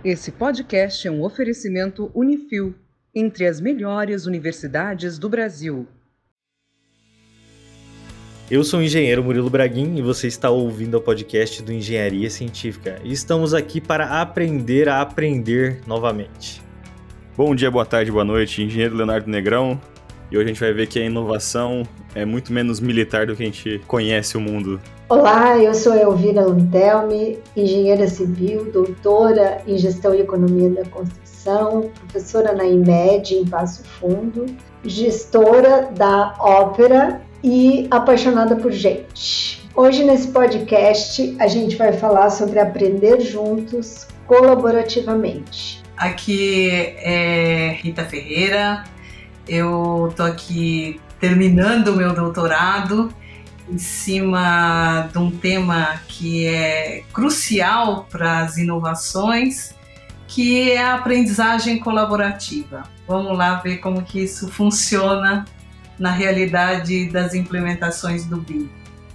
Esse podcast é um oferecimento Unifil, entre as melhores universidades do Brasil. Eu sou o engenheiro Murilo Braguin e você está ouvindo o podcast do Engenharia Científica. E estamos aqui para aprender a aprender novamente. Bom dia, boa tarde, boa noite, engenheiro Leonardo Negrão. E hoje a gente vai ver que a inovação é muito menos militar do que a gente conhece o mundo. Olá, eu sou Elvira Lantelme, engenheira civil, doutora em Gestão e Economia da Construção, professora na IMED em Passo Fundo, gestora da Ópera e apaixonada por gente. Hoje nesse podcast a gente vai falar sobre aprender juntos, colaborativamente. Aqui é Rita Ferreira, eu estou aqui terminando o meu doutorado em cima de um tema que é crucial para as inovações, que é a aprendizagem colaborativa. Vamos lá ver como que isso funciona na realidade das implementações do BIM.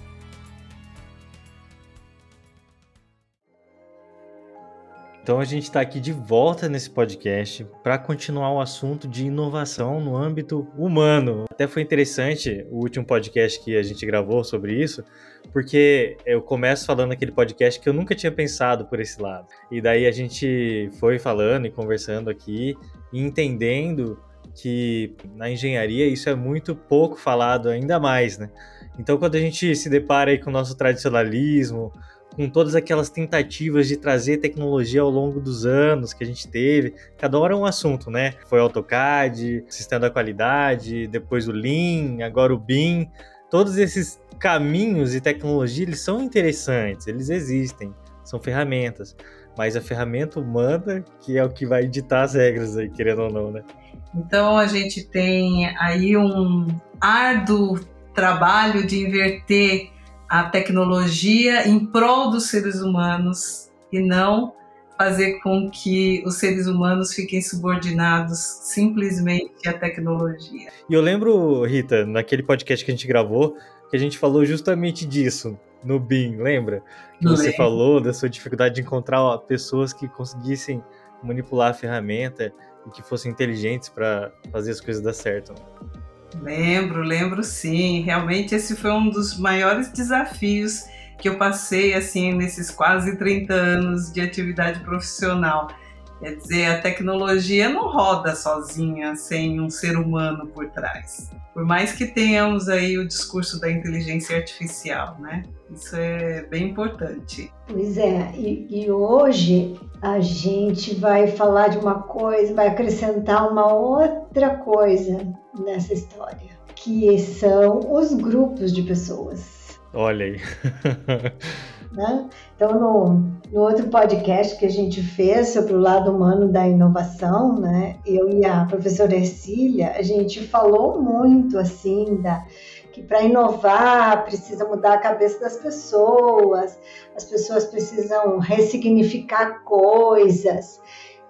Então a gente está aqui de volta nesse podcast para continuar o assunto de inovação no âmbito humano. Até foi interessante o último podcast que a gente gravou sobre isso, porque eu começo falando naquele podcast que eu nunca tinha pensado por esse lado. E daí a gente foi falando e conversando aqui e entendendo que na engenharia isso é muito pouco falado, ainda mais, né? Então quando a gente se depara aí com o nosso tradicionalismo, com todas aquelas tentativas de trazer tecnologia ao longo dos anos que a gente teve, cada hora é um assunto, né? Foi o AutoCAD, Sistema da Qualidade, depois o Lean, agora o BIM. Todos esses caminhos de tecnologia, eles são interessantes, eles existem, são ferramentas, mas a ferramenta humana que é o que vai ditar as regras aí, querendo ou não, né? Então a gente tem aí um árduo trabalho de inverter a tecnologia em prol dos seres humanos e não fazer com que os seres humanos fiquem subordinados simplesmente à tecnologia. E eu lembro, Rita, naquele podcast que a gente gravou, que a gente falou justamente disso no BIM, lembra? Que você falou da sua dificuldade de encontrar pessoas que conseguissem manipular a ferramenta e que fossem inteligentes para fazer as coisas dar certo. Lembro sim. Realmente esse foi um dos maiores desafios que eu passei assim nesses quase 30 anos de atividade profissional. Quer dizer, a tecnologia não roda sozinha sem um ser humano por trás. Por mais que tenhamos aí o discurso da inteligência artificial, né? Isso é bem importante. Pois é, e hoje a gente vai falar de uma coisa, vai acrescentar uma outra coisa nessa história, que são os grupos de pessoas. Olha aí. Né? Então, no outro podcast que a gente fez sobre o lado humano da inovação, né, eu e a professora Ercília, a gente falou muito assim que para inovar precisa mudar a cabeça das pessoas, as pessoas precisam ressignificar coisas,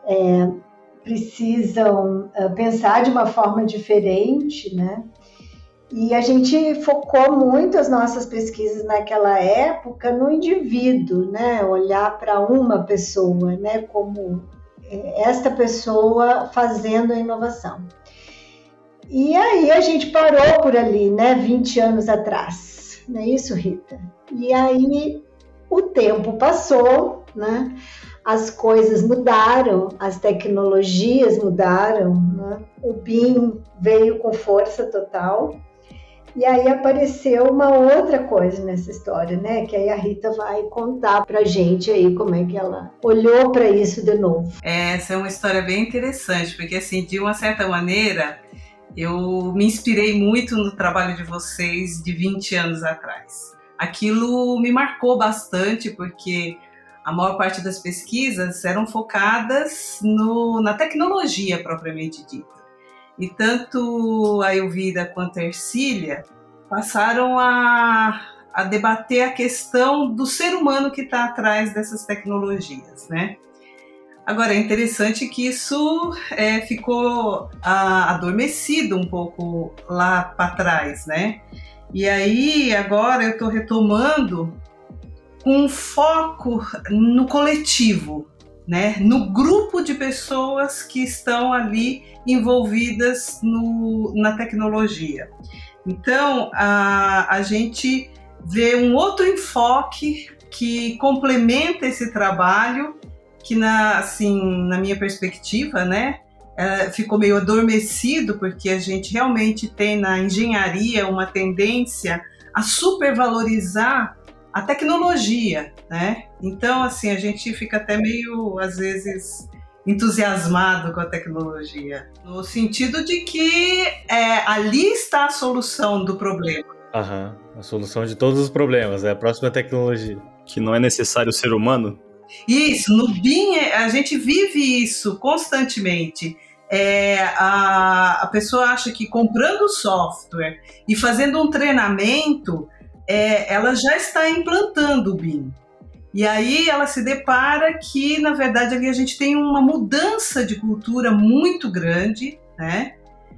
precisam pensar de uma forma diferente, né? E a gente focou muito as nossas pesquisas naquela época no indivíduo, né? Olhar para uma pessoa, né? Como esta pessoa fazendo a inovação. E aí a gente parou por ali, né? 20 anos atrás. Não é isso, Rita? E aí o tempo passou, né? As coisas mudaram, as tecnologias mudaram, né? O BIM veio com força total. E aí apareceu uma outra coisa nessa história, né? Que aí a Rita vai contar pra gente aí como é que ela olhou para isso de novo. Essa é uma história bem interessante, porque assim, de uma certa maneira, eu me inspirei muito no trabalho de vocês de 20 anos atrás. Aquilo me marcou bastante, porque a maior parte das pesquisas eram focadas na tecnologia propriamente dita. E tanto a Elvira quanto a Ercília passaram a debater a questão do ser humano que está atrás dessas tecnologias, né? Agora, é interessante que isso ficou adormecido um pouco lá para trás, né? E aí, agora eu estou retomando com foco no coletivo, né, no grupo de pessoas que estão ali envolvidas na tecnologia. Então, a gente vê um outro enfoque que complementa esse trabalho, que na minha perspectiva, né, ficou meio adormecido, porque a gente realmente tem na engenharia uma tendência a supervalorizar a tecnologia, né? Então, assim, a gente fica até meio, às vezes, entusiasmado com a tecnologia, no sentido de que ali está a solução do problema. Aham, a solução de todos os problemas, é a próxima tecnologia. Que não é necessário o ser humano? Isso, no BIM a gente vive isso constantemente. A pessoa acha que comprando software e fazendo um treinamento, ela já está implantando o BIM. E aí ela se depara que, na verdade, ali a gente tem uma mudança de cultura muito grande, né?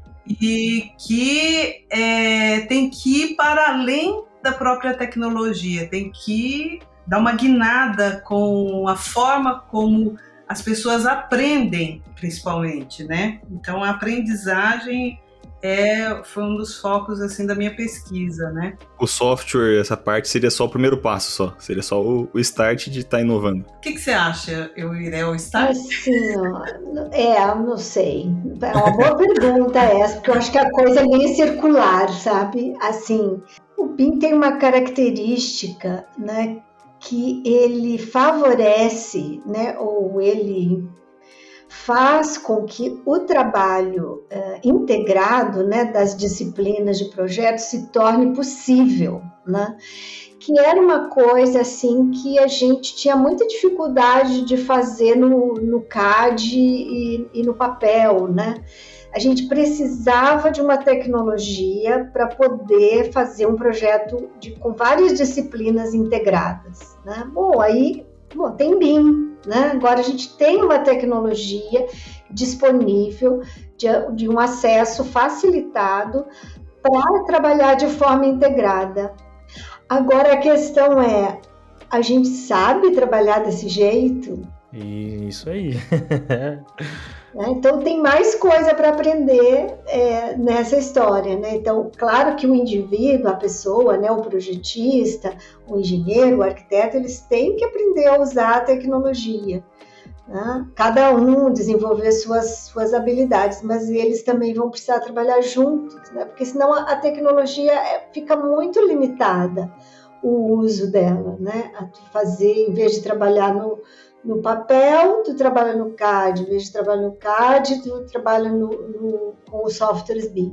E que tem que ir para além da própria tecnologia, tem que dar uma guinada com a forma como as pessoas aprendem, principalmente, né? Então, a aprendizagem foi um dos focos, assim, da minha pesquisa, né? O software, essa parte, seria só o primeiro passo, só. Seria só o start de estar inovando. O que você acha, o start? Assim, não sei. É uma boa pergunta essa, porque eu acho que a coisa é meio circular, sabe? Assim, o BIM tem uma característica, né, que ele favorece, né, ou ele faz com que o trabalho integrado, né, das disciplinas de projeto se torne possível, né? Que era uma coisa assim que a gente tinha muita dificuldade de fazer no CAD e no papel, né? A gente precisava de uma tecnologia para poder fazer um projeto com várias disciplinas integradas, né? Tem BIM, né? Agora a gente tem uma tecnologia disponível de um acesso facilitado para trabalhar de forma integrada. Agora a questão é, a gente sabe trabalhar desse jeito? Isso aí. Então tem mais coisa para aprender nessa história, né? Então, claro que o indivíduo, a pessoa, né, o projetista, o engenheiro, o arquiteto, eles têm que aprender a usar a tecnologia, né? Cada um desenvolver suas habilidades, mas eles também vão precisar trabalhar juntos, né? Porque senão a tecnologia fica muito limitada, o uso dela, né? A fazer, em vez de trabalhar no papel, tu trabalha no CAD, em vez de trabalhar no CAD, tu trabalha com os softwares BIM.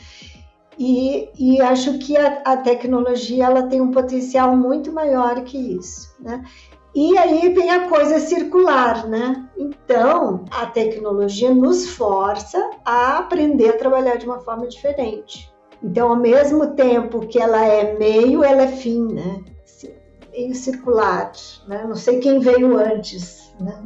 E acho que a tecnologia ela tem um potencial muito maior que isso, né? E aí vem a coisa circular, né? Então, a tecnologia nos força a aprender a trabalhar de uma forma diferente. Então, ao mesmo tempo que ela é meio, ela é fim, né? Meio circular, né? Não sei quem veio antes, né?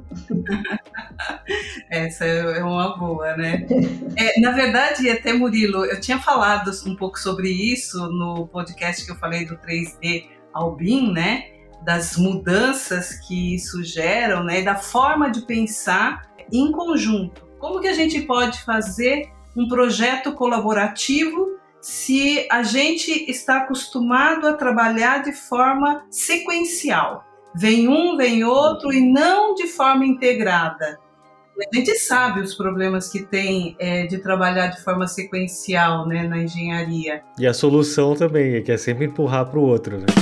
Essa é uma boa, né? Na verdade, até Murilo, eu tinha falado um pouco sobre isso no podcast que eu falei do 3D ao BIM, né? Das mudanças que isso geram, né? Da forma de pensar em conjunto. Como que a gente pode fazer um projeto colaborativo se a gente está acostumado a trabalhar de forma sequencial? Vem um, vem outro e não de forma integrada. A gente sabe os problemas que tem de trabalhar de forma sequencial, né, na engenharia. E a solução também, que é sempre empurrar para o outro, né?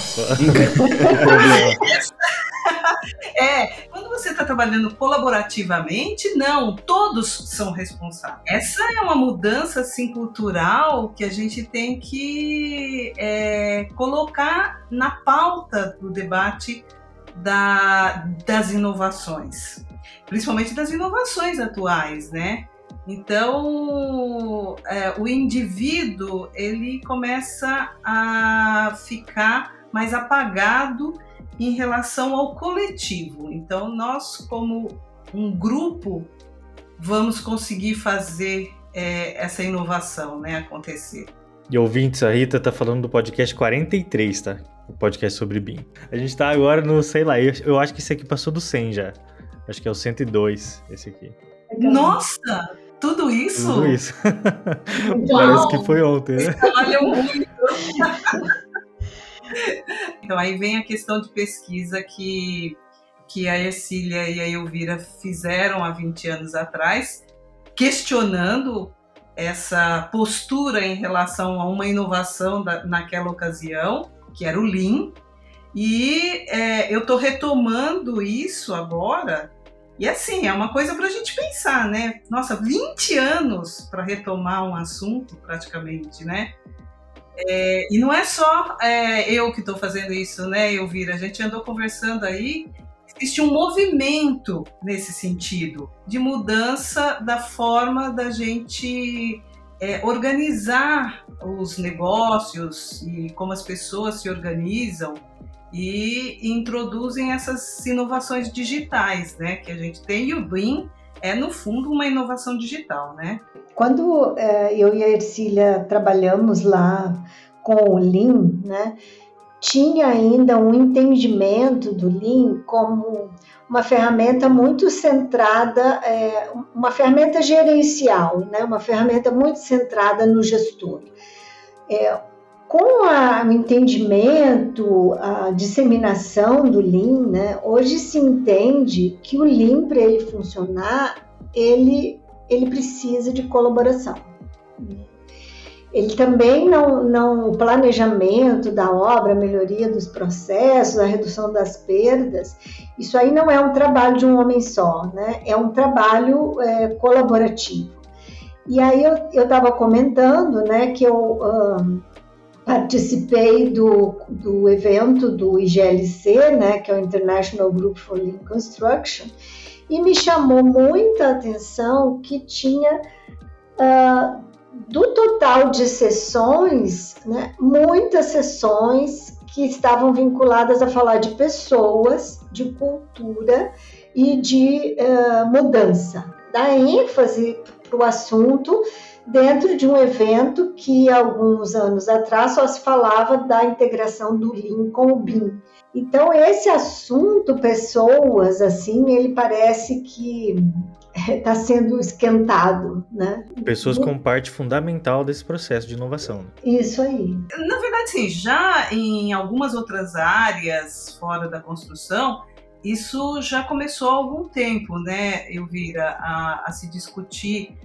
Quando você está trabalhando colaborativamente, não, todos são responsáveis. Essa é uma mudança assim, cultural que a gente tem que colocar na pauta do debate das inovações, principalmente das inovações atuais, né? Então, o indivíduo ele começa a ficar mais apagado em relação ao coletivo. Então, nós, como um grupo, vamos conseguir fazer essa inovação, né, acontecer. E ouvintes, a Rita tá falando do podcast 43, tá? O podcast sobre BIM. A gente tá agora no, sei lá, eu acho que esse aqui passou do 100 já. Acho que é o 102, esse aqui. Nossa! Tudo isso? Tudo isso. Parece que foi ontem, né? Trabalham muito. Então, aí vem a questão de pesquisa que a Ercília e a Elvira fizeram há 20 anos atrás, questionando essa postura em relação a uma inovação naquela ocasião, que era o Lean. E eu estou retomando isso agora. E assim, é uma coisa para a gente pensar, né? Nossa, 20 anos para retomar um assunto, praticamente, né? E não é só eu que estou fazendo isso, né, Elvira? A gente andou conversando aí, existe um movimento nesse sentido, de mudança da forma da gente organizar os negócios e como as pessoas se organizam e introduzem essas inovações digitais, né, que a gente tem. E o Lean é, no fundo, uma inovação digital, né? Quando eu e a Ercília trabalhamos lá com o Lean, né, tinha ainda um entendimento do Lean como uma ferramenta muito centrada, uma ferramenta gerencial, né, uma ferramenta muito centrada no gestor. Com o entendimento, a disseminação do Lean, né, hoje se entende que o Lean, para ele funcionar, ele precisa de colaboração. Ele também não o planejamento da obra, a melhoria dos processos, a redução das perdas, isso aí não é um trabalho de um homem só, né? É um trabalho colaborativo. E aí eu estava comentando, né, que eu participei do evento do IGLC, né, que é o International Group for Lean Construction, e me chamou muita atenção que tinha, do total de sessões, né, muitas sessões que estavam vinculadas a falar de pessoas, de cultura e de mudança, dar ênfase para o assunto dentro de um evento que, alguns anos atrás, só se falava da integração do Lean com o BIM. Então, esse assunto, pessoas, assim, ele parece que está sendo esquentado, né? Pessoas como parte fundamental desse processo de inovação. Isso aí. Na verdade, sim, já em algumas outras áreas fora da construção, isso já começou há algum tempo, né, Elvira, a se discutir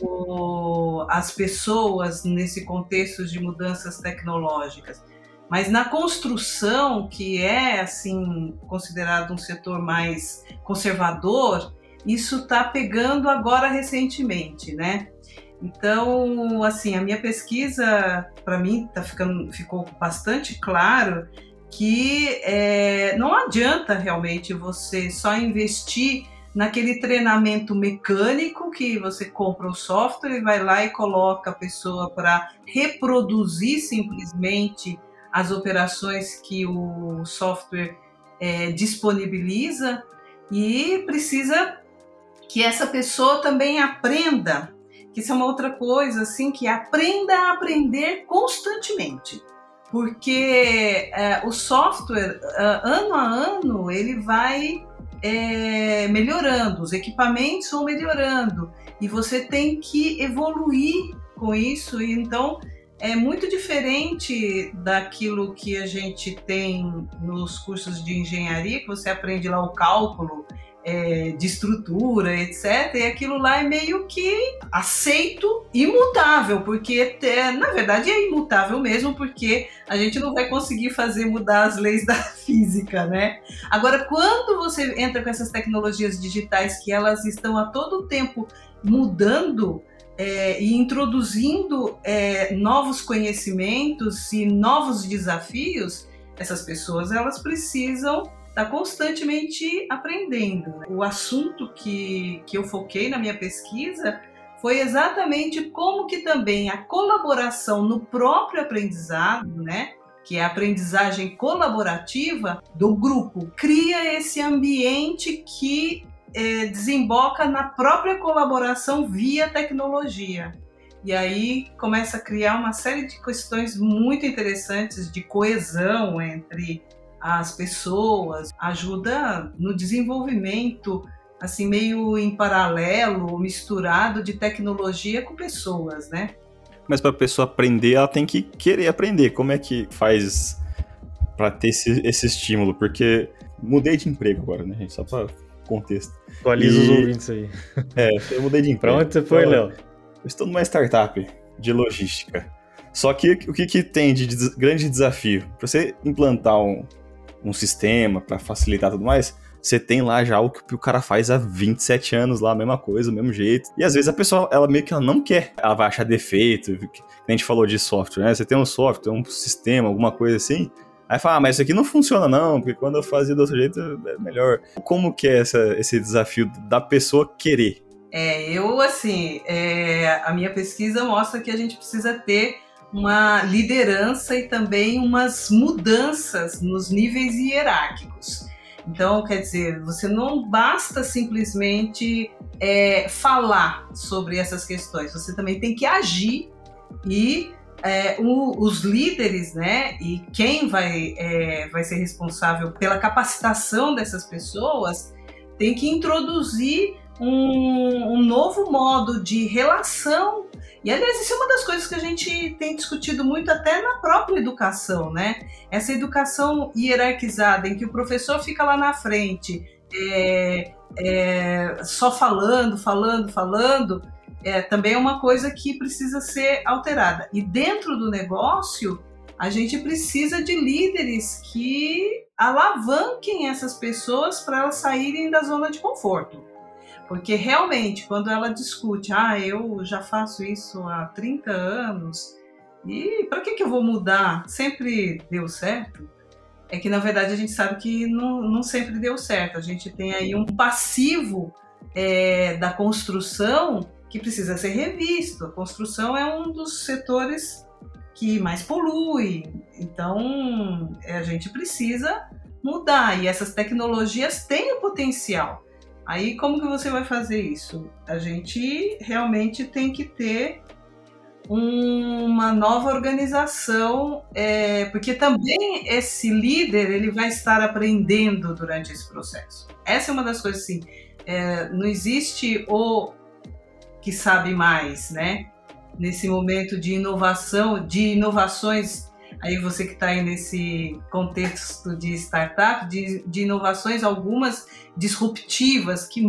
as pessoas nesse contexto de mudanças tecnológicas. Mas na construção, que é assim considerado um setor mais conservador, isso está pegando agora recentemente, né? Então, assim, a minha pesquisa, para mim, ficou bastante claro que não adianta realmente você só investir naquele treinamento mecânico que você compra o software e vai lá e coloca a pessoa para reproduzir simplesmente as operações que o software disponibiliza, e precisa que essa pessoa também aprenda, que isso é uma outra coisa, assim, que aprenda a aprender constantemente. Porque o software, ano a ano, ele vai melhorando, os equipamentos vão melhorando, e você tem que evoluir com isso. E então é muito diferente daquilo que a gente tem nos cursos de engenharia, que você aprende lá o cálculo de estrutura, etc. E aquilo lá é meio que aceito, imutável, porque na verdade é imutável mesmo, porque a gente não vai conseguir fazer mudar as leis da física, né? Agora, quando você entra com essas tecnologias digitais, que elas estão a todo tempo mudando e introduzindo novos conhecimentos e novos desafios, essas pessoas elas precisam estar constantemente aprendendo. O assunto que eu foquei na minha pesquisa foi exatamente como que também a colaboração no próprio aprendizado, né, que é a aprendizagem colaborativa do grupo, cria esse ambiente que desemboca na própria colaboração via tecnologia. E aí começa a criar uma série de questões muito interessantes de coesão entre as pessoas, ajuda no desenvolvimento assim, meio em paralelo, misturado de tecnologia com pessoas, né? Mas para a pessoa aprender, ela tem que querer aprender. Como é que faz para ter esse estímulo? Porque mudei de emprego agora, né, gente? Só para contexto. Atualiza os ouvintes aí. Eu mudei de emprego. Pra onde você foi, Léo? Eu estou numa startup de logística. Só que o que tem de grande desafio? Para você implantar um sistema para facilitar tudo mais, você tem lá já o que o cara faz há 27 anos lá, a mesma coisa, o mesmo jeito. E às vezes a pessoa, ela meio que ela não quer. Ela vai achar defeito. A gente falou de software, né? Você tem um software, um sistema, alguma coisa assim. Aí fala, mas isso aqui não funciona não, porque quando eu fazia do outro jeito é melhor. Como que é esse desafio da pessoa querer? A minha pesquisa mostra que a gente precisa ter uma liderança e também umas mudanças nos níveis hierárquicos. Então, quer dizer, você não basta simplesmente falar sobre essas questões, você também tem que agir e os líderes, né, e quem vai ser responsável pela capacitação dessas pessoas tem que introduzir um novo modo de relação. E, aliás, isso é uma das coisas que a gente tem discutido muito até na própria educação, né? Essa educação hierarquizada, em que o professor fica lá na frente, só falando, também é uma coisa que precisa ser alterada. E dentro do negócio, a gente precisa de líderes que alavanquem essas pessoas para elas saírem da zona de conforto. Porque realmente, quando ela discute, eu já faço isso há 30 anos, e para que eu vou mudar? Sempre deu certo? É que, na verdade, a gente sabe que não sempre deu certo. A gente tem aí um passivo da construção que precisa ser revisto. A construção é um dos setores que mais polui. Então, a gente precisa mudar. E essas tecnologias têm o potencial. Aí, como que você vai fazer isso? A gente realmente tem que ter uma nova organização, porque também esse líder ele vai estar aprendendo durante esse processo. Essa é uma das coisas, assim, não existe o que sabe mais, né? Nesse momento de inovação, de inovações. Aí você que está aí nesse contexto de startup, de inovações, algumas disruptivas que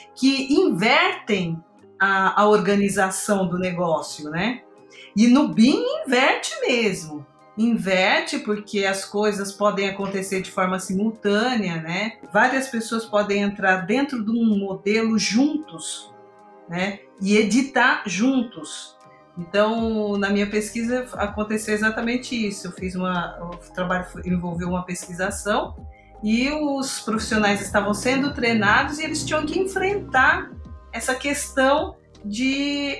invertem a organização do negócio, né? E no BIM inverte mesmo. Inverte porque as coisas podem acontecer de forma simultânea, né? Várias pessoas podem entrar dentro de um modelo juntos, né? E editar juntos. Então, na minha pesquisa aconteceu exatamente isso. O trabalho envolveu uma pesquisação e os profissionais estavam sendo treinados e eles tinham que enfrentar essa questão de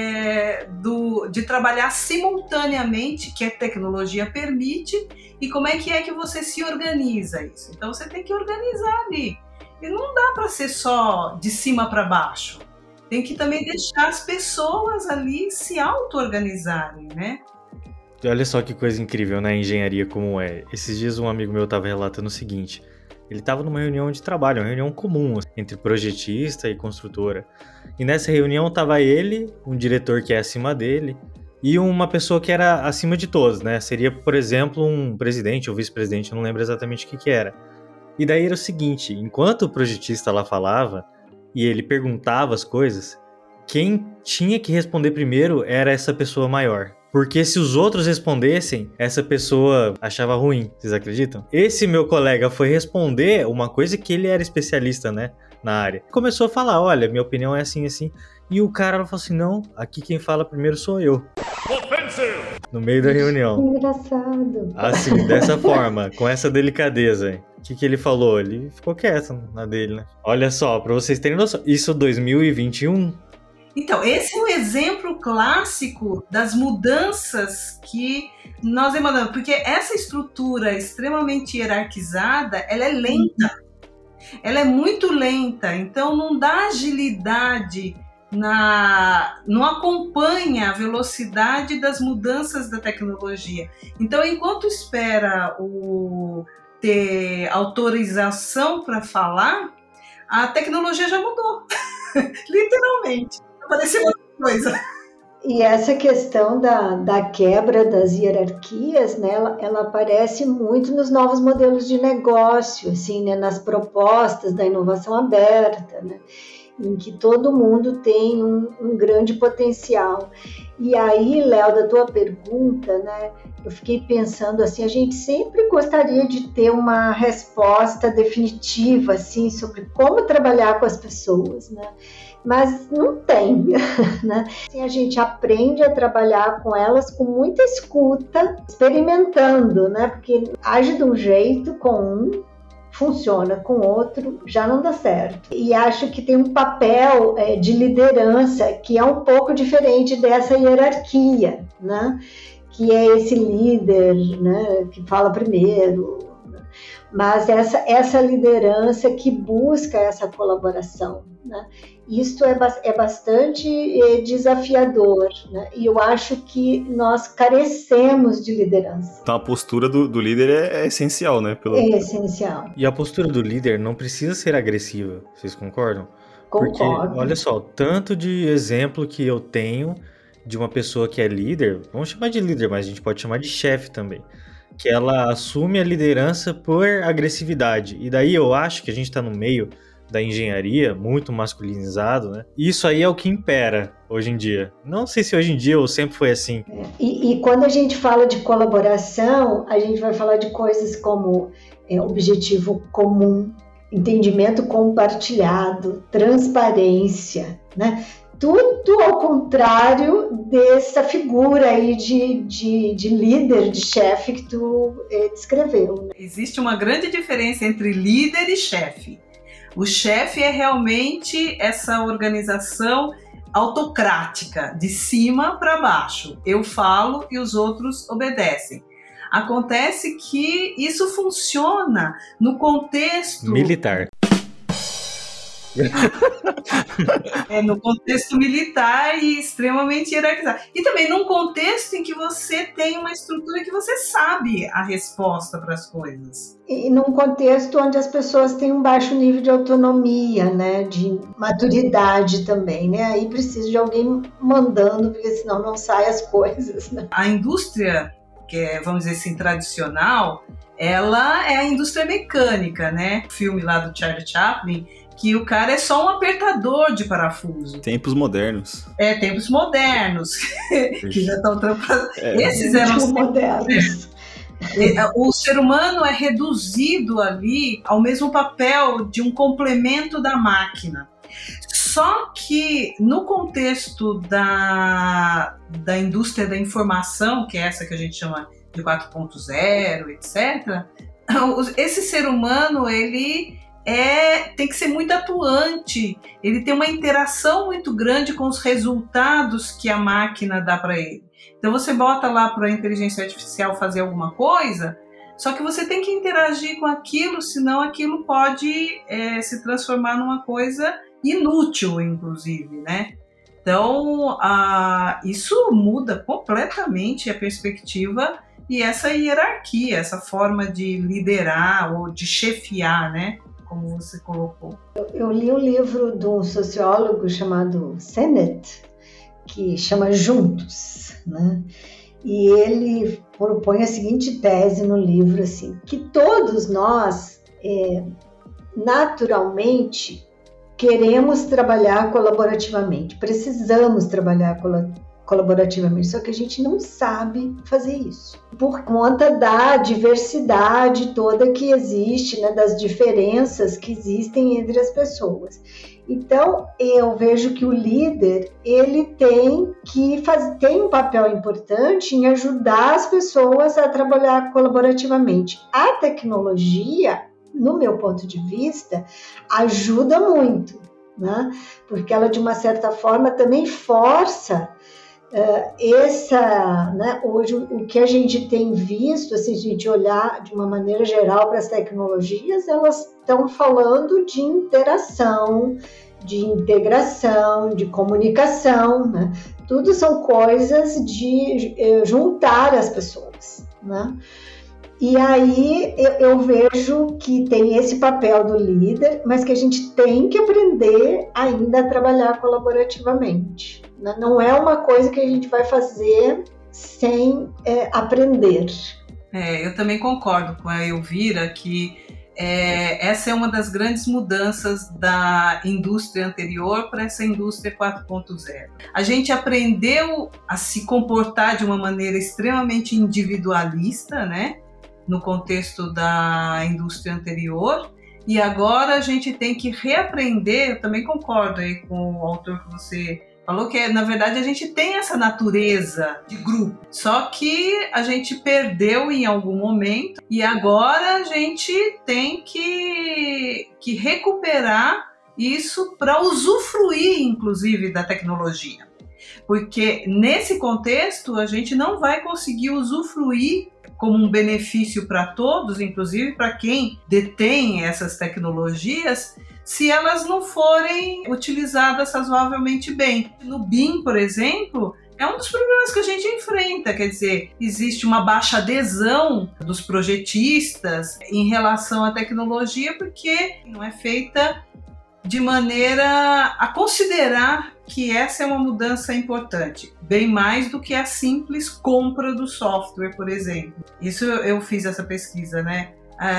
trabalhar simultaneamente, que a tecnologia permite, e como é que você se organiza isso. Então, você tem que organizar ali. E não dá para ser só de cima para baixo. Tem que também deixar as pessoas ali se auto-organizarem, né? Olha só que coisa incrível, né? A engenharia como é. Esses dias um amigo meu estava relatando o seguinte. Ele estava numa reunião de trabalho, uma reunião comum entre projetista e construtora. E nessa reunião estava ele, um diretor que é acima dele, e uma pessoa que era acima de todos, né? Seria, por exemplo, um presidente ou vice-presidente, eu não lembro exatamente o que era. E daí era o seguinte, enquanto o projetista lá falava, e ele perguntava as coisas, quem tinha que responder primeiro era essa pessoa maior. Porque se os outros respondessem, essa pessoa achava ruim. Vocês acreditam? Esse meu colega foi responder uma coisa que ele era especialista, né, na área. Começou a falar, olha, minha opinião é assim, assim. E o cara falou assim, não, aqui quem fala primeiro sou eu. No meio da reunião. Engraçado. Assim, dessa forma, com essa delicadeza. O que ele falou? Ele ficou quieto na dele, né? Olha só, pra vocês terem noção, isso 2021... Então, esse é um exemplo clássico das mudanças que nós demandamos, porque essa estrutura extremamente hierarquizada, ela é lenta, ela é muito lenta, então não dá agilidade, não acompanha a velocidade das mudanças da tecnologia. Então, enquanto espera ter autorização para falar, a tecnologia já mudou. Literalmente. Apareceu outra coisa. E essa questão da quebra das hierarquias, né, ela aparece muito nos novos modelos de negócio, assim, né, nas propostas da inovação aberta, né, em que todo mundo tem um grande potencial. E aí, Léo, da tua pergunta, né, eu fiquei pensando assim, a gente sempre gostaria de ter uma resposta definitiva, assim, sobre como trabalhar com as pessoas, né? Mas não tem, né? Assim, a gente aprende a trabalhar com elas com muita escuta, experimentando, né? Porque age de um jeito com um, funciona com outro, já não dá certo. E acho que tem um papel de liderança que é um pouco diferente dessa hierarquia, né? Que é esse líder, né? Que fala primeiro, mas essa liderança que busca essa colaboração, né? Isso é bastante desafiador, né? E eu acho que nós carecemos de liderança. Então a postura do líder é essencial, né? É essencial. E a postura do líder não precisa ser agressiva, vocês concordam? Concordo. Porque, olha só, tanto de exemplo que eu tenho de uma pessoa que é líder, vamos chamar de líder, mas a gente pode chamar de chefe também, que ela assume a liderança por agressividade. E daí eu acho que a gente está no meio da engenharia, muito masculinizado, né? E isso aí é o que impera hoje em dia. Não sei se hoje em dia ou sempre foi assim. E quando a gente fala de colaboração, a gente vai falar de coisas como objetivo comum, entendimento compartilhado, transparência, né? Tudo ao contrário dessa figura aí de líder, de chefe que tu descreveu. Né? Existe uma grande diferença entre líder e chefe. O chefe é realmente essa organização autocrática, de cima para baixo. Eu falo e os outros obedecem. Acontece que isso funciona no contexto militar. No contexto militar e extremamente hierarquizado. E também num contexto em que você tem uma estrutura que você sabe a resposta para as coisas. E num contexto onde as pessoas têm um baixo nível de autonomia, né, de maturidade também, né? Aí precisa de alguém mandando, porque senão não saem as coisas, né? A indústria, que é, vamos dizer assim, tradicional, ela é a indústria mecânica, né? O filme lá do Charlie Chaplin, que o cara é só um apertador de parafuso. Tempos modernos. Tempos modernos, que já estão trampando. Esses eram os modernos. O ser humano é reduzido ali ao mesmo papel de um complemento da máquina. Só que no contexto da indústria da informação, que é essa que a gente chama de 4.0, etc., esse ser humano, ele tem que ser muito atuante, ele tem uma interação muito grande com os resultados que a máquina dá para ele. Então você bota lá para a inteligência artificial fazer alguma coisa, só que você tem que interagir com aquilo, senão aquilo pode se transformar numa coisa inútil, inclusive, né? Então, isso muda completamente a perspectiva e essa hierarquia, essa forma de liderar ou de chefiar, né? Como você colocou. Eu li um livro de um sociólogo chamado Sennett, que chama Juntos, né? E ele propõe a seguinte tese no livro, assim, que todos nós, naturalmente, queremos trabalhar colaborativamente, precisamos trabalhar colaborativamente, só que a gente não sabe fazer isso, por conta da diversidade toda que existe, né, das diferenças que existem entre as pessoas. Então, eu vejo que o líder, ele tem um papel importante em ajudar as pessoas a trabalhar colaborativamente. A tecnologia, no meu ponto de vista, ajuda muito, né? Porque ela, de uma certa forma, também força né, hoje o que a gente tem visto, assim, se a gente olhar de uma maneira geral para as tecnologias, elas estão falando de interação, de integração, de comunicação, né? Tudo são coisas de juntar as pessoas, né? E aí eu vejo que tem esse papel do líder, mas que a gente tem que aprender ainda a trabalhar colaborativamente. Não é uma coisa que a gente vai fazer sem aprender. Eu também concordo com a Elvira que essa é uma das grandes mudanças da indústria anterior para essa indústria 4.0. A gente aprendeu a se comportar de uma maneira extremamente individualista, né, no contexto da indústria anterior, e agora a gente tem que reaprender. Eu também concordo aí com o autor que você falou, que na verdade a gente tem essa natureza de grupo, só que a gente perdeu em algum momento e agora a gente tem que recuperar isso para usufruir, inclusive, da tecnologia. Porque nesse contexto a gente não vai conseguir usufruir como um benefício para todos, inclusive para quem detém essas tecnologias, se elas não forem utilizadas razoavelmente bem. No BIM, por exemplo, é um dos problemas que a gente enfrenta, quer dizer, existe uma baixa adesão dos projetistas em relação à tecnologia porque não é feita de maneira a considerar que essa é uma mudança importante, bem mais do que a simples compra do software, por exemplo. Isso eu fiz essa pesquisa, né?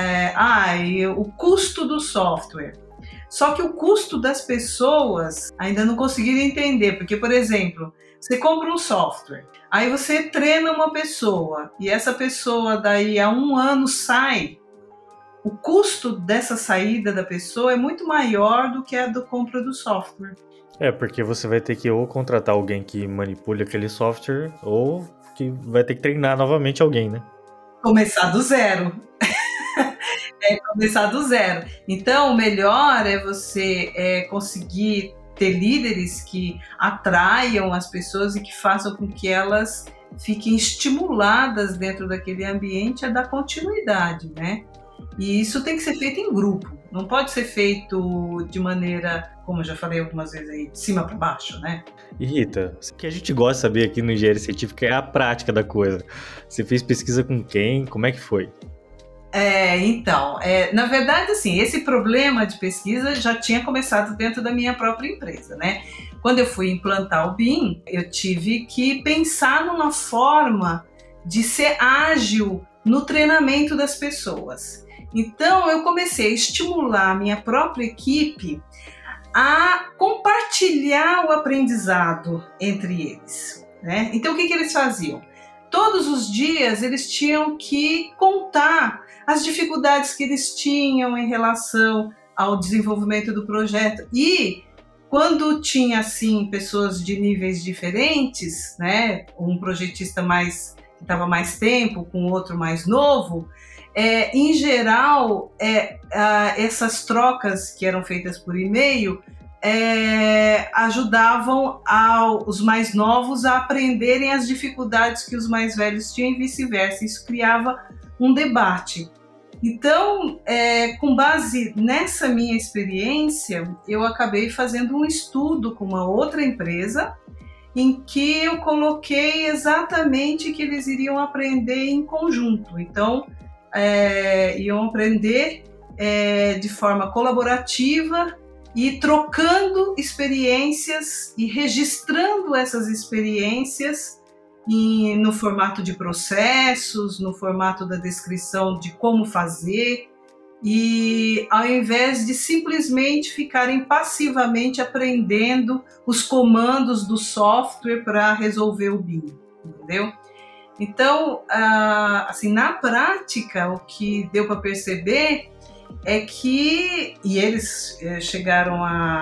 E o custo do software. Só que o custo das pessoas ainda não conseguiram entender, porque, por exemplo, você compra um software, aí você treina uma pessoa, e essa pessoa daí a 1 ano sai. O custo dessa saída da pessoa é muito maior do que a da compra do software. Porque você vai ter que ou contratar alguém que manipule aquele software, ou que vai ter que treinar novamente alguém, né? Começar do zero. Começar do zero. Então, o melhor é você conseguir ter líderes que atraiam as pessoas e que façam com que elas fiquem estimuladas dentro daquele ambiente a dar continuidade, né? E isso tem que ser feito em grupo, não pode ser feito de maneira, como eu já falei algumas vezes aí, de cima para baixo, né? E Rita, o que a gente gosta de saber aqui no Engenharia Científica é a prática da coisa. Você fez pesquisa com quem? Como é que foi? Na verdade, assim, esse problema de pesquisa já tinha começado dentro da minha própria empresa, né? Quando eu fui implantar o BIM, eu tive que pensar numa forma de ser ágil no treinamento das pessoas. Então, eu comecei a estimular a minha própria equipe a compartilhar o aprendizado entre eles, né? Então, o que eles faziam? Todos os dias, eles tinham que contar as dificuldades que eles tinham em relação ao desenvolvimento do projeto. E, quando tinha, assim, pessoas de níveis diferentes, né? Um projetista que estava mais tempo, com outro mais novo, em geral, essas trocas que eram feitas por e-mail ajudavam os mais novos a aprenderem as dificuldades que os mais velhos tinham e vice-versa. Isso criava um debate. Então, com base nessa minha experiência, eu acabei fazendo um estudo com uma outra empresa em que eu coloquei exatamente que eles iriam aprender em conjunto. Então, iam aprender de forma colaborativa e trocando experiências e registrando essas experiências no formato de processos, no formato da descrição de como fazer, e ao invés de simplesmente ficarem passivamente aprendendo os comandos do software para resolver o BIM, entendeu? Então, assim, na prática, o que deu para perceber é que, e eles chegaram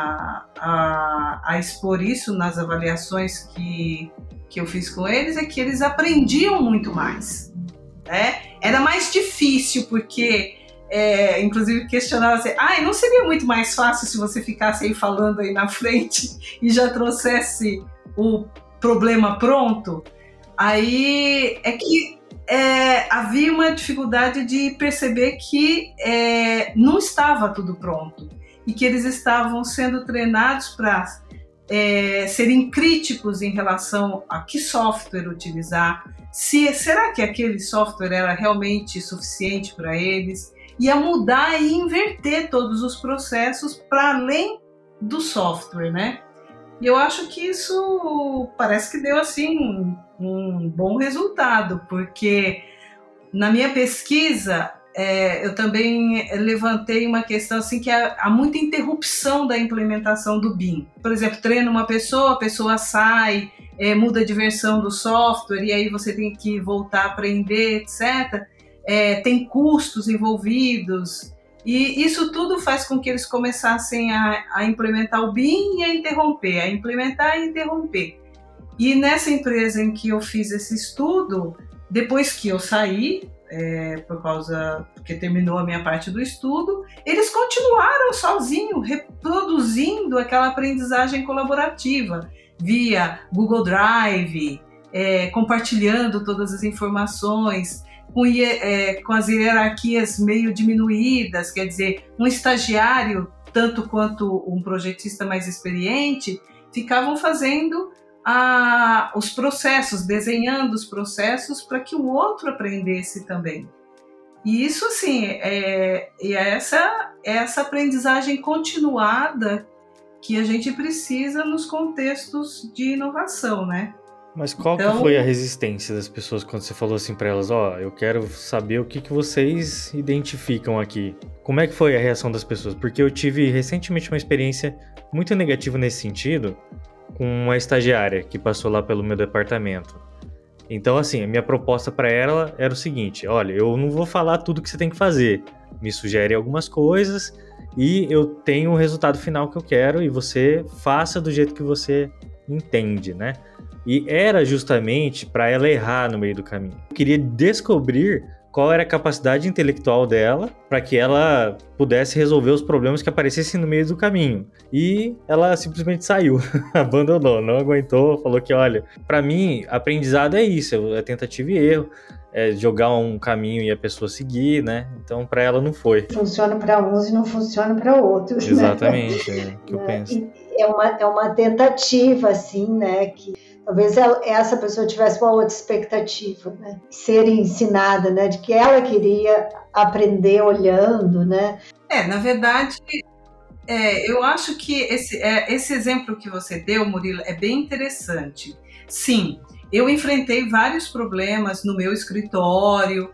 a expor isso nas avaliações que eu fiz com eles, é que eles aprendiam muito mais, né? Era mais difícil, porque, inclusive, questionava assim, não seria muito mais fácil se você ficasse aí falando aí na frente e já trouxesse o problema pronto? Aí é que havia uma dificuldade de perceber que não estava tudo pronto e que eles estavam sendo treinados para serem críticos em relação a que software utilizar, será que aquele software era realmente suficiente para eles, e a mudar e inverter todos os processos para além do software, né? E eu acho que isso parece que deu assim um bom resultado, porque na minha pesquisa eu também levantei uma questão assim que há muita interrupção da implementação do BIM. Por exemplo, treina uma pessoa, a pessoa sai, muda de versão do software e aí você tem que voltar a aprender, etc. Tem custos envolvidos e isso tudo faz com que eles começassem a implementar o BIM e a interromper, a implementar e interromper. E nessa empresa em que eu fiz esse estudo, depois que eu saí, porque terminou a minha parte do estudo, eles continuaram sozinhos, reproduzindo aquela aprendizagem colaborativa, via Google Drive, compartilhando todas as informações, com as hierarquias meio diminuídas, quer dizer, um estagiário, tanto quanto um projetista mais experiente, ficavam fazendo os processos, desenhando os processos para que o outro aprendesse também. E isso, assim, essa aprendizagem continuada que a gente precisa nos contextos de inovação, né? Mas qual que foi a resistência das pessoas quando você falou assim para elas, eu quero saber o que vocês identificam aqui? Como é que foi a reação das pessoas? Porque eu tive recentemente uma experiência muito negativa nesse sentido, com uma estagiária que passou lá pelo meu departamento. Então, assim, a minha proposta para ela era o seguinte: olha, eu não vou falar tudo que você tem que fazer, me sugere algumas coisas e eu tenho o resultado final que eu quero e você faça do jeito que você entende, né? E era justamente para ela errar no meio do caminho. Eu queria descobrir qual era a capacidade intelectual dela para que ela pudesse resolver os problemas que aparecessem no meio do caminho. E ela simplesmente saiu, abandonou, não aguentou, falou que, olha, para mim, aprendizado é isso, é tentativa e erro, é jogar um caminho e a pessoa seguir, né? Então, para ela não foi. Funciona para uns e não funciona para outros. Exatamente, né? É o que eu penso. É uma tentativa, assim, né, que talvez essa pessoa tivesse uma outra expectativa, né? Ser ensinada, né? De que ela queria aprender olhando, né? Na verdade, eu acho que esse exemplo que você deu, Murilo, é bem interessante. Sim, eu enfrentei vários problemas no meu escritório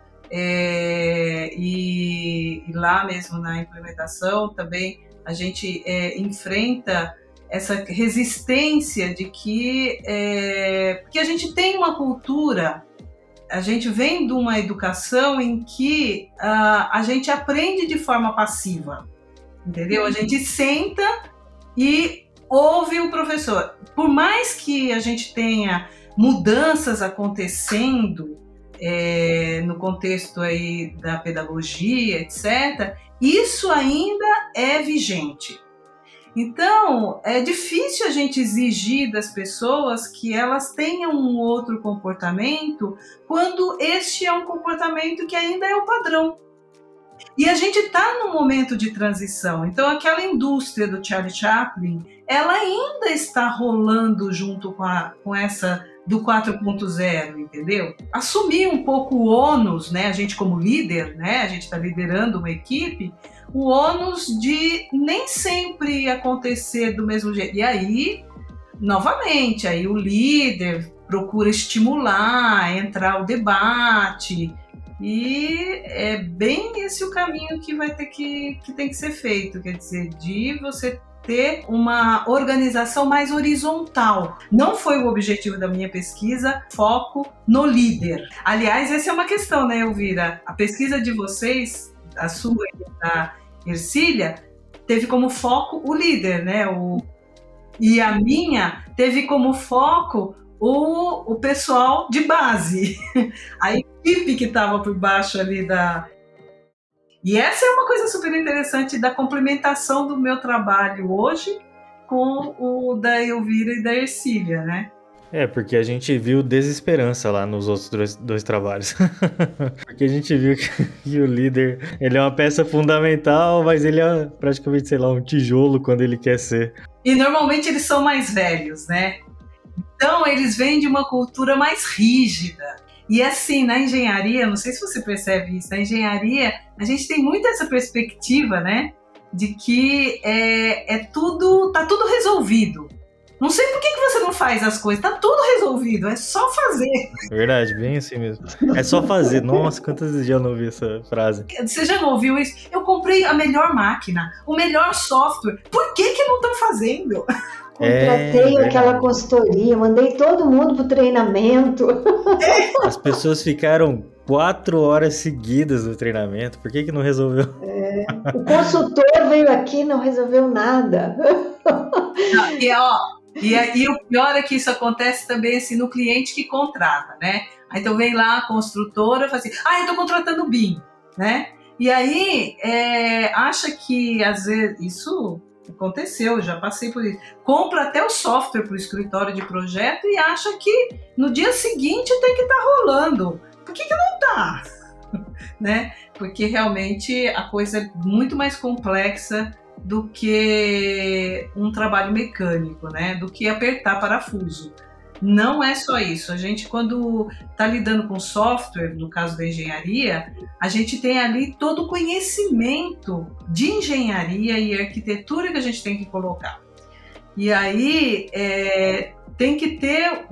e lá mesmo na implementação também a gente enfrenta essa resistência de que porque a gente tem uma cultura, a gente vem de uma educação em que a gente aprende de forma passiva, entendeu? A gente senta e ouve o professor. Por mais que a gente tenha mudanças acontecendo no contexto aí da pedagogia, etc., isso ainda é vigente. Então, é difícil a gente exigir das pessoas que elas tenham um outro comportamento quando este é um comportamento que ainda é o padrão. E a gente está num momento de transição. Então, aquela indústria do Charlie Chaplin, ela ainda está rolando junto com essa do 4.0, entendeu? Assumir um pouco o ônus, né? A gente como líder, né? A gente está liderando uma equipe, o ônus de nem sempre acontecer do mesmo jeito. E aí, novamente, aí o líder procura estimular, entrar o debate, e é bem esse o caminho que vai ter que tem que ser feito, quer dizer, de você ter uma organização mais horizontal. Não foi o objetivo da minha pesquisa, foco no líder. Aliás, essa é uma questão, né, Elvira? A pesquisa de vocês, a sua e da Ercília, teve como foco o líder, né? E a minha teve como foco o pessoal de base, a equipe que estava por baixo ali E essa é uma coisa super interessante da complementação do meu trabalho hoje com o da Elvira e da Ercília, né? Porque a gente viu desesperança lá nos outros dois trabalhos. Porque a gente viu que o líder, ele é uma peça fundamental, mas ele é praticamente, sei lá, um tijolo quando ele quer ser. E normalmente eles são mais velhos, né? Então eles vêm de uma cultura mais rígida. E assim, na engenharia, não sei se você percebe isso, na engenharia a gente tem muito essa perspectiva, né? De que tá tudo resolvido. Não sei por que você não faz as coisas, tá tudo resolvido, é só fazer. Verdade, bem assim mesmo. É só fazer. Nossa, quantas vezes já não ouvi essa frase? Você já não ouviu isso? Eu comprei a melhor máquina, o melhor software, por que não estão fazendo? Contratei aquela consultoria, mandei todo mundo pro treinamento. As pessoas ficaram 4 horas seguidas no treinamento, por que não resolveu? O consultor veio aqui e não resolveu nada. E o pior é que isso acontece também assim, no cliente que contrata, né? Aí então vem lá a construtora e fala assim, eu tô contratando o BIM, né? E aí acha que às vezes isso aconteceu, já passei por isso. Compra até o software para o escritório de projeto e acha que no dia seguinte tem que estar rolando. Por que não tá? Né? Porque realmente a coisa é muito mais complexa do que um trabalho mecânico, né? Do que apertar parafuso. Não é só isso. A gente, quando está lidando com software, no caso da engenharia, a gente tem ali todo o conhecimento de engenharia e arquitetura que a gente tem que colocar. E aí tem que ter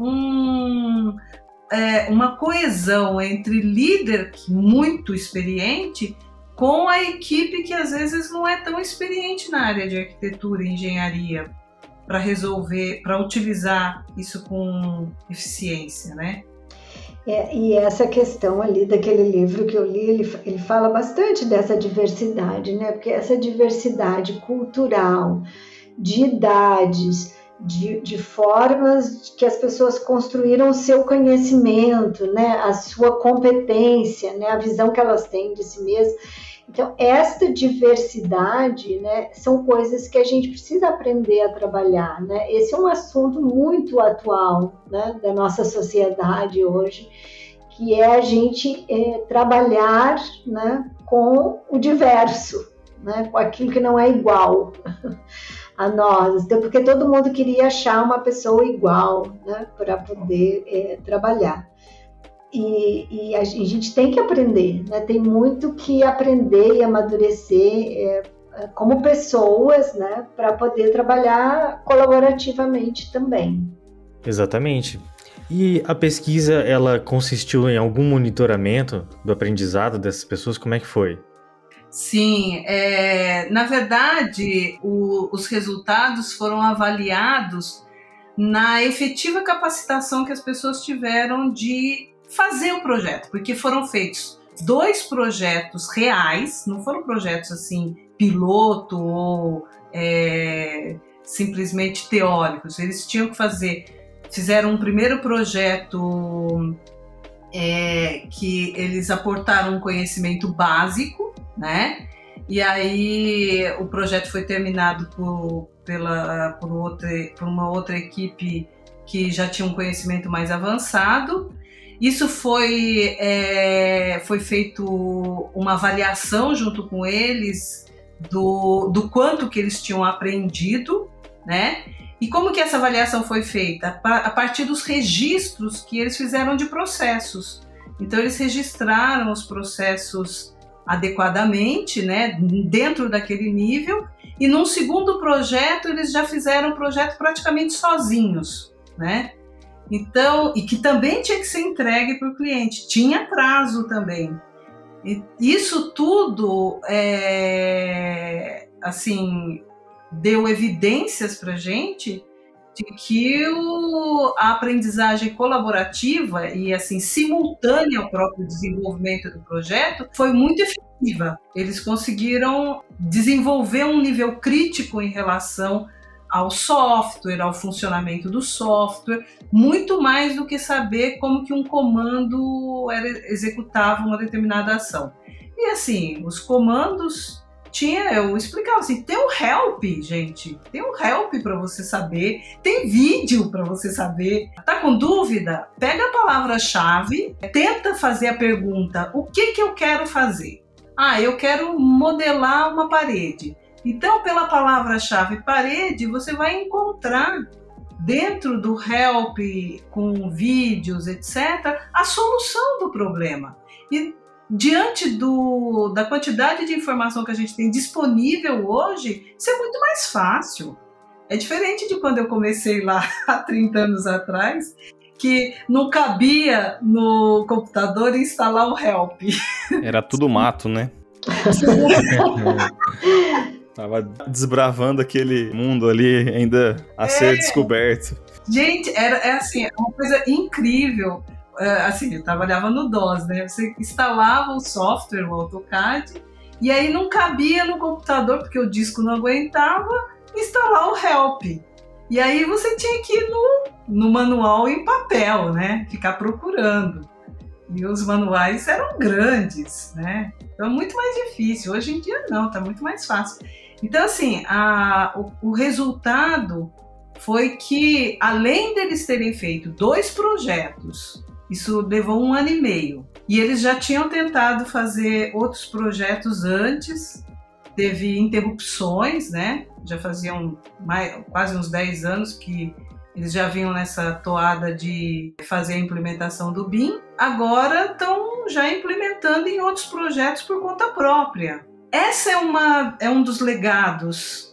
uma coesão entre líder muito experiente com a equipe que às vezes não é tão experiente na área de arquitetura e engenharia, para resolver, para utilizar isso com eficiência, né? E essa questão ali daquele livro que eu li, ele fala bastante dessa diversidade, né? Porque essa diversidade cultural, de idades, de formas que as pessoas construíram o seu conhecimento, né? A sua competência, né? A visão que elas têm de si mesmas. Então, esta diversidade, né, são coisas que a gente precisa aprender a trabalhar, né? Esse é um assunto muito atual, né, da nossa sociedade hoje, que é a gente trabalhar, né, com o diverso, né, com aquilo que não é igual a nós. Então, porque todo mundo queria achar uma pessoa igual, né, para poder trabalhar. E a gente tem que aprender, né? Tem muito que aprender e amadurecer como pessoas, né? Para poder trabalhar colaborativamente também. Exatamente. E a pesquisa, ela consistiu em algum monitoramento do aprendizado dessas pessoas? Como é que foi? Sim, na verdade, os resultados foram avaliados na efetiva capacitação que as pessoas tiveram de fazer o projeto, porque foram feitos 2 projetos reais, não foram projetos assim, piloto ou simplesmente teóricos. Eles tinham que fizeram um primeiro projeto que eles aportaram um conhecimento básico, né? E aí o projeto foi terminado por uma outra equipe que já tinha um conhecimento mais avançado. Isso foi feito uma avaliação junto com eles do quanto que eles tinham aprendido, né? E como que essa avaliação foi feita? A partir dos registros que eles fizeram de processos. Então, eles registraram os processos adequadamente, né, dentro daquele nível, e num segundo projeto, eles já fizeram o projeto praticamente sozinhos, né? Então, e que também tinha que ser entregue para o cliente, tinha prazo também. E isso tudo, assim, deu evidências para a gente de que a aprendizagem colaborativa e, assim, simultânea ao próprio desenvolvimento do projeto foi muito efetiva. Eles conseguiram desenvolver um nível crítico em relação ao software, ao funcionamento do software, muito mais do que saber como que um comando executava uma determinada ação. E assim, os comandos eu explicava assim, tem um help, gente, tem um help para você saber, tem vídeo para você saber. Tá com dúvida? Pega a palavra-chave, tenta fazer a pergunta, o que eu quero fazer? Eu quero modelar uma parede. Então, pela palavra-chave parede, você vai encontrar dentro do help, com vídeos, etc., a solução do problema. E diante da quantidade de informação que a gente tem disponível hoje, isso é muito mais fácil. É diferente de quando eu comecei lá há 30 anos atrás, que não cabia no computador instalar o help. Era tudo mato, né? Tava desbravando aquele mundo ali ainda a ser descoberto. Gente, é assim, uma coisa incrível. Assim, eu trabalhava no DOS, né? Você instalava o software, o AutoCAD, e aí não cabia no computador, porque o disco não aguentava, instalar o help. E aí você tinha que ir no manual em papel, né? Ficar procurando. E os manuais eram grandes, né? Então é muito mais difícil. Hoje em dia não, tá muito mais fácil. Então, assim, o resultado foi que, além deles terem feito 2 projetos, isso levou 1 ano e meio, e eles já tinham tentado fazer outros projetos antes, teve interrupções, né? Já faziam quase uns 10 anos que eles já vinham nessa toada de fazer a implementação do BIM, agora estão já implementando em outros projetos por conta própria. Essa é um dos legados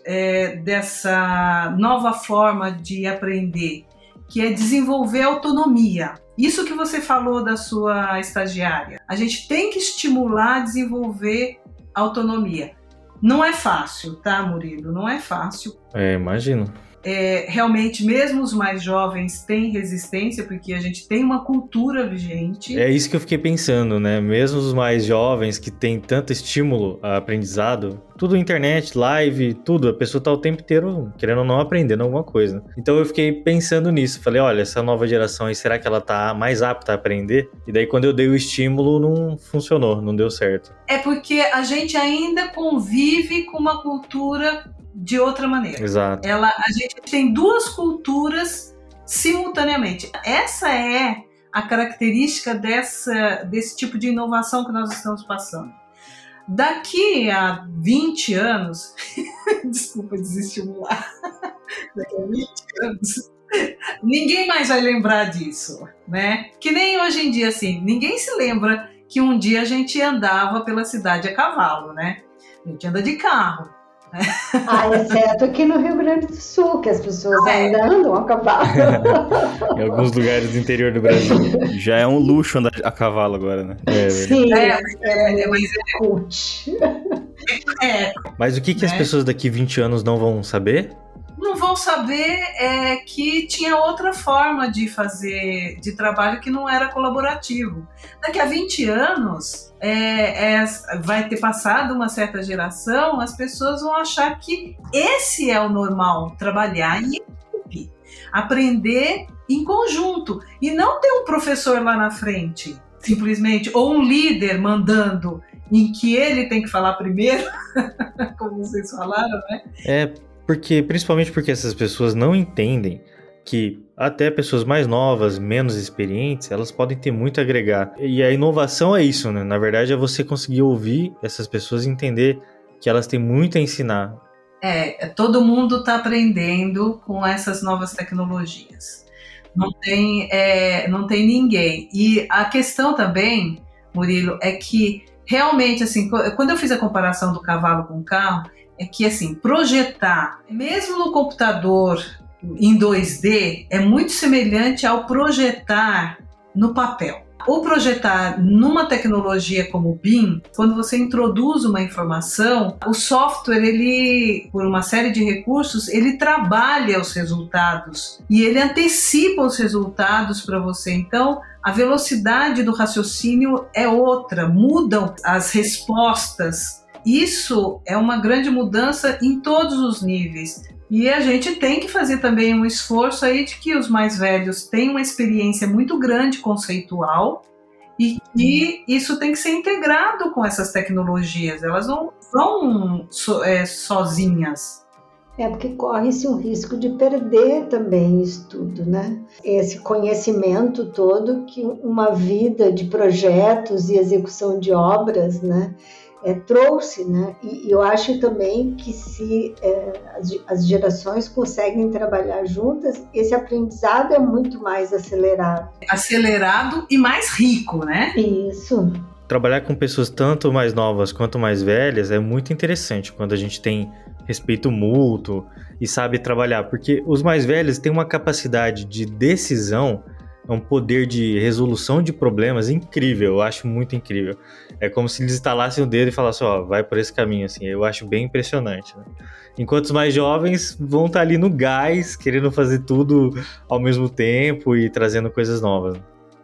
dessa nova forma de aprender, que é desenvolver autonomia. Isso que você falou da sua estagiária. A gente tem que estimular a desenvolver autonomia. Não é fácil, tá, Murilo? Não é fácil. Imagino. Realmente, mesmo os mais jovens têm resistência, porque a gente tem uma cultura vigente. É isso que eu fiquei pensando, né? Mesmo os mais jovens que têm tanto estímulo a aprendizado, tudo internet, live, tudo, a pessoa tá o tempo inteiro querendo ou não aprendendo alguma coisa. Então eu fiquei pensando nisso, falei, olha, essa nova geração aí, será que ela tá mais apta a aprender? E daí quando eu dei o estímulo, não funcionou, não deu certo. É porque a gente ainda convive com uma cultura de outra maneira. Exato. A gente tem 2 culturas simultaneamente. Essa é a característica desse tipo de inovação que nós estamos passando. Daqui a 20 anos, desculpa desestimular, daqui a 20 anos, ninguém mais vai lembrar disso, né? Que nem hoje em dia, assim, ninguém se lembra que um dia a gente andava pela cidade a cavalo, né? A gente anda de carro. Exceto aqui no Rio Grande do Sul, que as pessoas ainda andam a cavalo. Em alguns lugares do interior do Brasil. Já é um luxo andar a cavalo agora, né? Sim, mas cult. Mas o que as pessoas daqui 20 anos não vão saber? Não vão saber que tinha outra forma de fazer de trabalho que não era colaborativo. Daqui a 20 anos, vai ter passado uma certa geração, as pessoas vão achar que esse é o normal, trabalhar em equipe, aprender em conjunto, e não ter um professor lá na frente, simplesmente, ou um líder mandando, em que ele tem que falar primeiro, como vocês falaram, né? Principalmente porque essas pessoas não entendem que até pessoas mais novas, menos experientes, elas podem ter muito a agregar. E a inovação é isso, né? Na verdade, é você conseguir ouvir essas pessoas e entender que elas têm muito a ensinar. Todo mundo está aprendendo com essas novas tecnologias. Não tem ninguém. E a questão também, Murilo, é que realmente, assim, quando eu fiz a comparação do cavalo com o carro, é que, assim, projetar, mesmo no computador em 2D, é muito semelhante ao projetar no papel. O projetar numa tecnologia como o BIM, quando você introduz uma informação, o software, ele, por uma série de recursos, ele trabalha os resultados e ele antecipa os resultados para você. Então, a velocidade do raciocínio é outra, mudam as respostas. Isso é uma grande mudança em todos os níveis. E a gente tem que fazer também um esforço aí de que os mais velhos tenham uma experiência muito grande conceitual e que isso tem que ser integrado com essas tecnologias, elas não vão sozinhas. Porque corre-se um risco de perder também isso tudo, né? Esse conhecimento todo que uma vida de projetos e execução de obras, né, trouxe, né? E eu acho também que se as gerações conseguem trabalhar juntas, esse aprendizado é muito mais acelerado. Acelerado e mais rico, né? Isso. Trabalhar com pessoas tanto mais novas quanto mais velhas é muito interessante quando a gente tem respeito mútuo e sabe trabalhar, porque os mais velhos têm uma capacidade de decisão, um poder de resolução de problemas incrível, eu acho muito incrível. É como se eles estalassem o dedo e falassem, vai por esse caminho, assim, eu acho bem impressionante, né? Enquanto os mais jovens vão estar ali no gás, querendo fazer tudo ao mesmo tempo e trazendo coisas novas.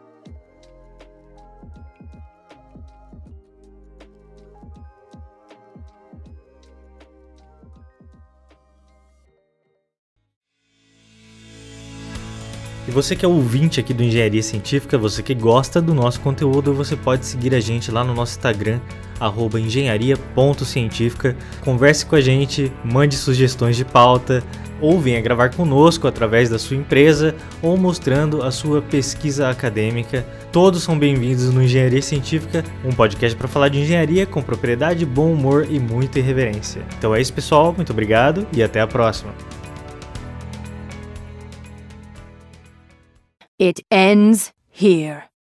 E você que é ouvinte aqui do Engenharia Científica, você que gosta do nosso conteúdo, você pode seguir a gente lá no nosso Instagram, @engenharia.científica. Converse com a gente, mande sugestões de pauta, ou venha gravar conosco através da sua empresa, ou mostrando a sua pesquisa acadêmica. Todos são bem-vindos no Engenharia Científica, um podcast para falar de engenharia com propriedade, bom humor e muita irreverência. Então é isso, pessoal, muito obrigado e até a próxima. It ends here.